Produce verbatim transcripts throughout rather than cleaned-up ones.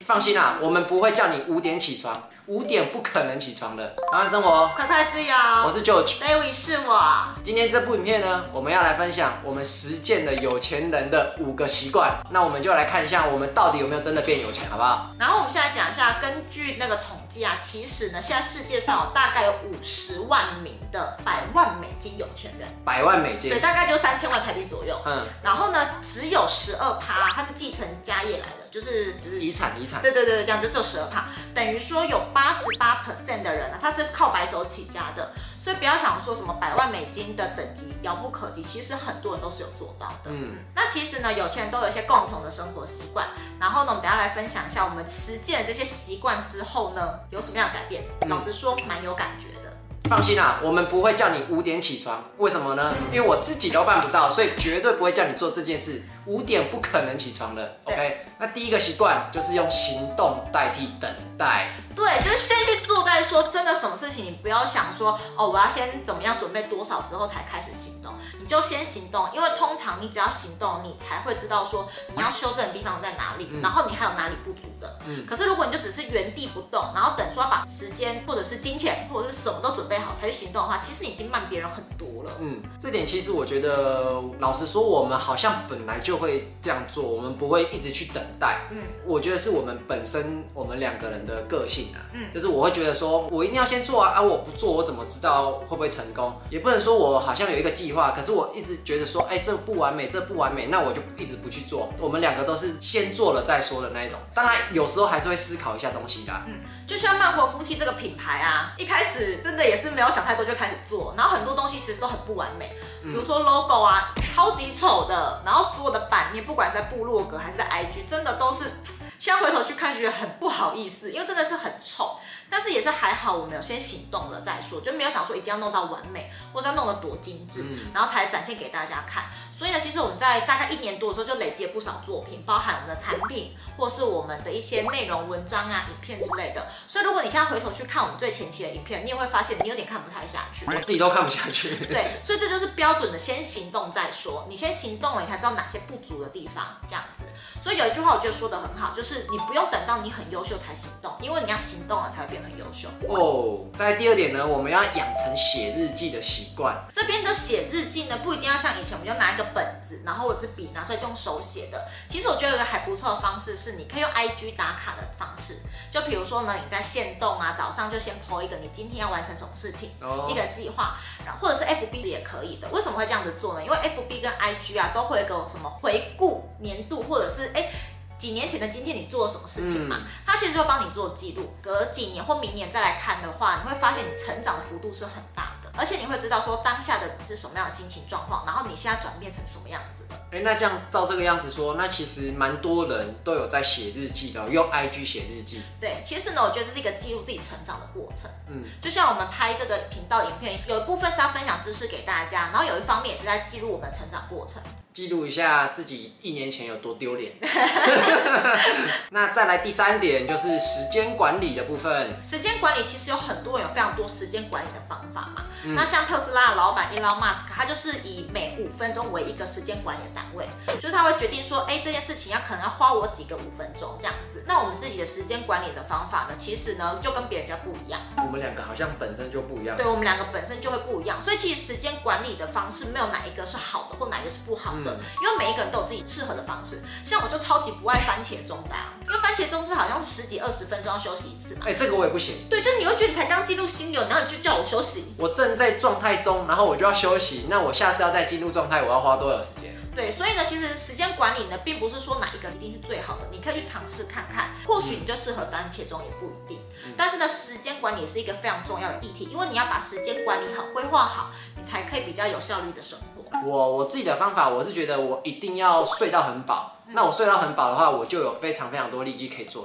放心啦，我们不会叫你五点起床，五点不可能起床的。台湾生活， 快快自由。 我是 George，David 是我。 今天这部影片呢，我们要来分享我们实践的有钱人的五个习惯。那我们就来看一下，我们到底有没有真的变有钱，好不好？ 然后我们现在讲一下，根据那个统计啊，其实呢，现在世界上有大概有五十万名的百万美金有钱人。 百万美金。 对，大概就三千万台币左右。 嗯。 然后呢，只有十二趴，它是继承家业来的。就是就是遗产遗产， 对对对，这样就只十二趴，等于说有八十八 percent 的人啊，他是靠白手起家的，所以不要想说什么百万美金的等级遥不可及，其实很多人都是有做到的。嗯，那其实呢，有钱人都有一些共同的生活习惯，然后呢，我们等一下来分享一下我们实践了这些习惯之后呢，有什么样的改变？嗯、老实说，蛮有感觉的。 放心啦，我们不会叫你五点起床，为什么呢？因为我自己都办不到，所以绝对不会叫你做这件事。五点不可能起床的 ，OK？ 那第一个习惯就是用行动代替等待。 对，就是先去做再说。真的什么事情你不要想说哦，我要先怎么样准备多少之后才开始行动，你就先行动，因为通常你只要行动，你才会知道说你要修正的地方在哪里，嗯、然后你还有哪里不足的。嗯。可是如果你就只是原地不动，然后等说要把时间或者是金钱或者是什么都准备好才去行动的话，其实已经慢别人很多了。 嗯，这点其实我觉得，老实说，我们好像本来就会这样做，我们不会一直去等待。嗯，我觉得是我们本身我们两个人的个性啊。嗯，就是我会觉得说，我一定要先做啊，啊，我不做，我怎么知道会不会成功？也不能说我好像有一个计划，可是我一直觉得说，哎、欸，这不完美，这不完美，那我就一直不去做。我们两个都是先做了再说的那一种。当然，有时候还是会思考一下东西啦。 嗯，就像慢活夫妻这个品牌啊，一开始真的也是没有想太多就开始做，然后很多东西其实都很不完美，比如说 logo 啊，超级丑的，然后所有的版面，不管是在部落格还是在 I G， 真的都是。现在回头去看，觉得很不好意思，因为真的是很丑，但是也是还好，我们有先行动了再说，就没有想说一定要弄到完美，或者要弄得多精致，嗯、然后才展现给大家看。所以呢，其实我们在大概一年多的时候就累积了不少作品，包含我们的产品，或是我们的一些内容文章啊、影片之类的。所以如果你现在回头去看我们最前期的影片，你也会发现你有点看不太下去， 我自己都看不下去。 对，所以这就是标准的先行动再说，你先行动了，你才知道哪些不足的地方，这样子。所以有一句话我觉得说得很好，就是你不用等到你很优秀才行动，因为你要行动了才会变很优秀。 哦，在第二点呢，我们要养成写日记的习惯。 这边的写日记呢，不一定要像以前我们就拿一个本子，然后或者是笔拿出来就用手写的。其实我觉得有一个还不错的方式是，你可以用 I G 打卡的方式。就比如说呢，你在限动啊，早上就先 po 一个你今天要完成什么事情，哦、一个计划，然后或者是 F B 也可以的。为什么会这样子做呢？因为 F B 跟 I G 啊都会有一个什么回顾年度，或者是哎。几年前的今天你做了什么事情嘛？嗯、它其实就帮你做记录，隔几年或明年再来看的话，你会发现你成长的幅度是很大的，而且你会知道说当下的你是什么样的心情状况，然后你现在转变成什么样子的。 哎、欸，那这样照这个样子说，那其实蛮多人都有在写日记的，用 I G 写日记。 对，其实呢，我觉得这是一个记录自己成长的过程。嗯，就像我们拍这个频道影片，有一部分是要分享知识给大家，然后有一方面也是在记录我们的成长过程。 记录一下自己一年前有多丢脸。那再来第三点就是时间管理的部分。 时间管理其实有很多人有非常多时间管理的方法嘛。嗯、那像特斯拉的老板 Elon Musk， 他就是以每五分钟为一个时间管理的单位，就是他会决定说，哎，这件事情要可能要花我几个五分钟这样子。那我们自己的时间管理的方法呢，其实呢就跟别人比较不一样。 我们两个好像本身就不一样。 对，我们两个本身就会不一样，所以其实时间管理的方式没有哪一个是好的或哪一个是不好的。嗯因为每一个人都有自己适合的方式，像我就超级不爱番茄钟的、啊，因为番茄钟是好像是十几二十分钟要休息一次嘛。 哎、欸，这个我也不行。 对，就是你会觉得你才刚进入心流，然后你就叫我休息。 我正在状态中，然后我就要休息，那我下次要再进入状态，我要花多少时间？ 对，所以呢，其实时间管理呢，并不是说哪一个一定是最好的，你可以去尝试看看，或许你就适合番茄钟也不一定。嗯、但是呢，时间管理是一个非常重要的议题，因为你要把时间管理好、规划好，你才可以比较有效率的生活。 我我自己的方法，我是觉得我一定要睡到很饱。嗯、那我睡到很饱的话，我就有非常非常多力气可以做事。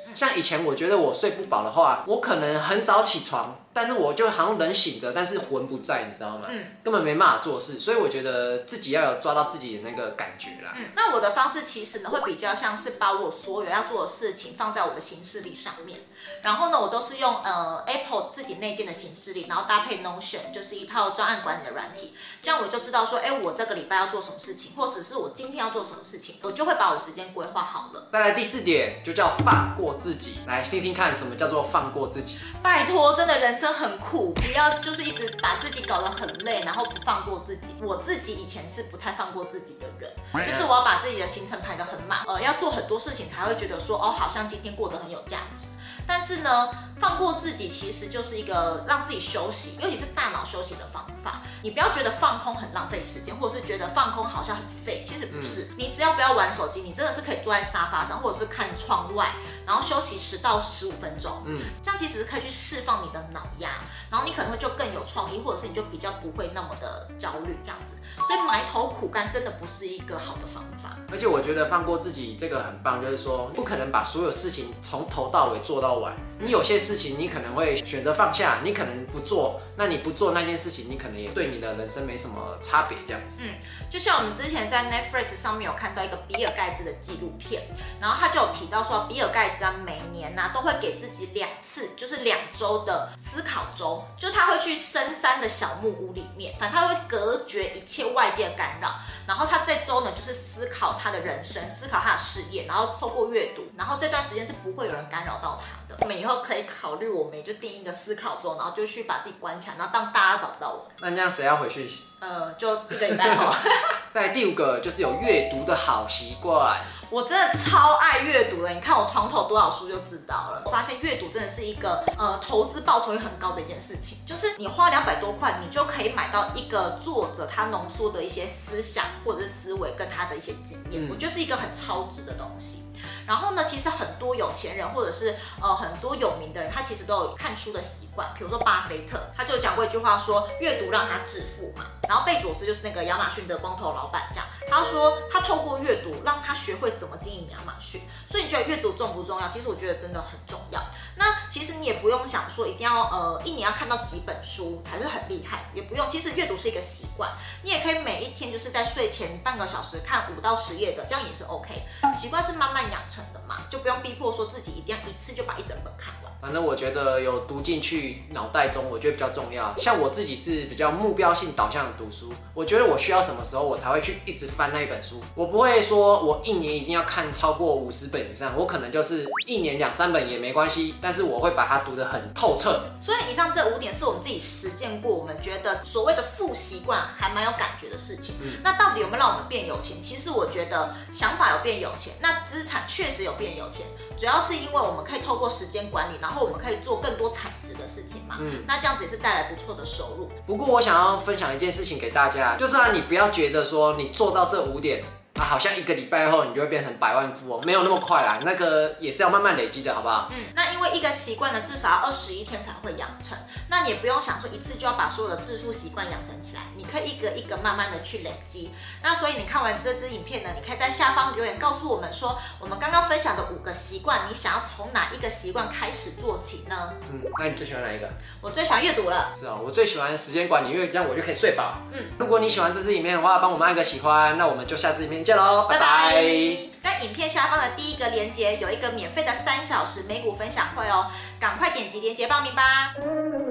像以前我觉得我睡不饱的话，我可能很早起床，但是我就好像人醒着，但是魂不在，你知道吗？嗯，根本没办法做事，所以我觉得自己要有抓到自己的那个感觉啦。 嗯，那我的方式其实呢，会比较像是把我所有要做的事情放在我的行事历上面，然后呢，我都是用呃 Apple 自己内建的行事历，然后搭配 Notion， 就是一套专案管理的软体，这样我就知道说，哎，我这个礼拜要做什么事情，或者是我今天要做什么事情，我就会把我的时间规划好了。 再来第四点，就叫放过自己，来听听看什么叫做放过自己。 拜托，真的人生很苦，不要就是一直把自己搞得很累，然后不放过自己。我自己以前是不太放过自己的人，就是我要把自己的行程排得很满，呃，要做很多事情才会觉得说，哦，好像今天过得很有价值。但是呢，放过自己其实就是一个让自己休息，尤其是大脑休息的方法。你不要觉得放空很浪费时间，或者是觉得放空好像很废，其实不是。嗯、你只要不要玩手机，你真的是可以坐在沙发上，或者是看窗外，然后休息十到十五分钟。嗯，这样其实是可以去释放你的脑压，然后你可能会就更有创意，或者是你就比较不会那么的焦虑这样子。所以埋头苦干真的不是一个好的方法。 而且我觉得放过自己这个很棒，就是说不可能把所有事情从头到尾做到完。你有些事情你可能会选择放下，你可能不做，那你不做那件事情，你可能也对你的人生没什么差别这样子。 嗯，就像我们之前在 Netflix 上面有看到一个比尔盖茨的纪录片，然后他就有提到说，比尔盖茨啊每年呐、啊、都会给自己两次，就是两周的思考周，就是他会去深山的小木屋里面，反正他会隔绝一切外界的干扰，然后他这周呢就是思考他的人生，思考他的事业，然后透过阅读，然后这段时间是不会有人干扰到他的。我们以后可以考虑，我们也就定一个思考周，然后就去把自己关起来，然后当大家找不到我。 那这样谁要回去？ 呃，就一个礼拜后。 再第五个就是有阅读的好习惯。 我真的超爱阅读的，你看我床头多少书就知道了。我发现阅读真的是一个呃投资报酬率很高的一件事情，就是你花两百多块，你就可以买到一个作者他浓缩的一些思想或者是思维跟他的一些经验，嗯、我觉得是一个很超值的东西。然后呢，其实很多有钱人或者是呃很多有名的人，他其实都有看书的习惯。比如说巴菲特，他就讲过一句话说，阅读让他致富嘛。然后贝佐斯就是那个亚马逊的光头老板，这样他说他透过阅读让他学会怎么经营亚马逊。所以你觉得阅读重不重要？其实我觉得真的很重要。那其实你也不用想说一定要呃一年要看到几本书才是很厉害，也不用。其实阅读是一个习惯，你也可以每一天就是在睡前半个小时看五到十页的，这样也是 OK。习惯是慢慢养成的嘛，就不用逼迫说自己一定要一次就把一整本看完。 反正我觉得有读进去脑袋中，我觉得比较重要。像我自己是比较目标性导向的读书，我觉得我需要什么时候我才会去一直翻那一本书。我不会说我一年一定要看超过五十本以上，我可能就是一年两三本也没关系，但是我会把它读得很透彻。 所以以上这五点是我们自己实践过，我们觉得所谓的负习惯还蛮有感觉的事情。嗯、那到底有没有让我们变有钱？其实我觉得想法有变有钱，那资产确实有变有钱，主要是因为我们可以透过时间管理，然后我们可以做更多产值的事情嘛。嗯，那这样子也是带来不错的收入。 不过我想要分享一件事情给大家，就是啊，你不要觉得说你做到这五点。啊，好像一个礼拜后你就会变成百万富翁，没有那么快啦，那个也是要慢慢累积的，好不好？ 嗯，那因为一个习惯呢，至少要二十一天才会养成，那你也不用想说一次就要把所有的致富习惯养成起来，你可以一个一个慢慢的去累积。那所以你看完这支影片呢，你可以在下方留言告诉我们说，我们刚刚分享的五个习惯，你想要从哪一个习惯开始做起呢？ 嗯，那你最喜欢哪一个？ 我最喜欢阅读了。是哦，我最喜欢时间管理，因为这样我就可以睡饱。嗯，如果你喜欢这支影片的话，帮我们按个喜欢，那我们就下支影片见喽，拜拜。 在影片下方的第一个连结有一个免费的三小时美股分享会哦，赶快点击连结报名吧。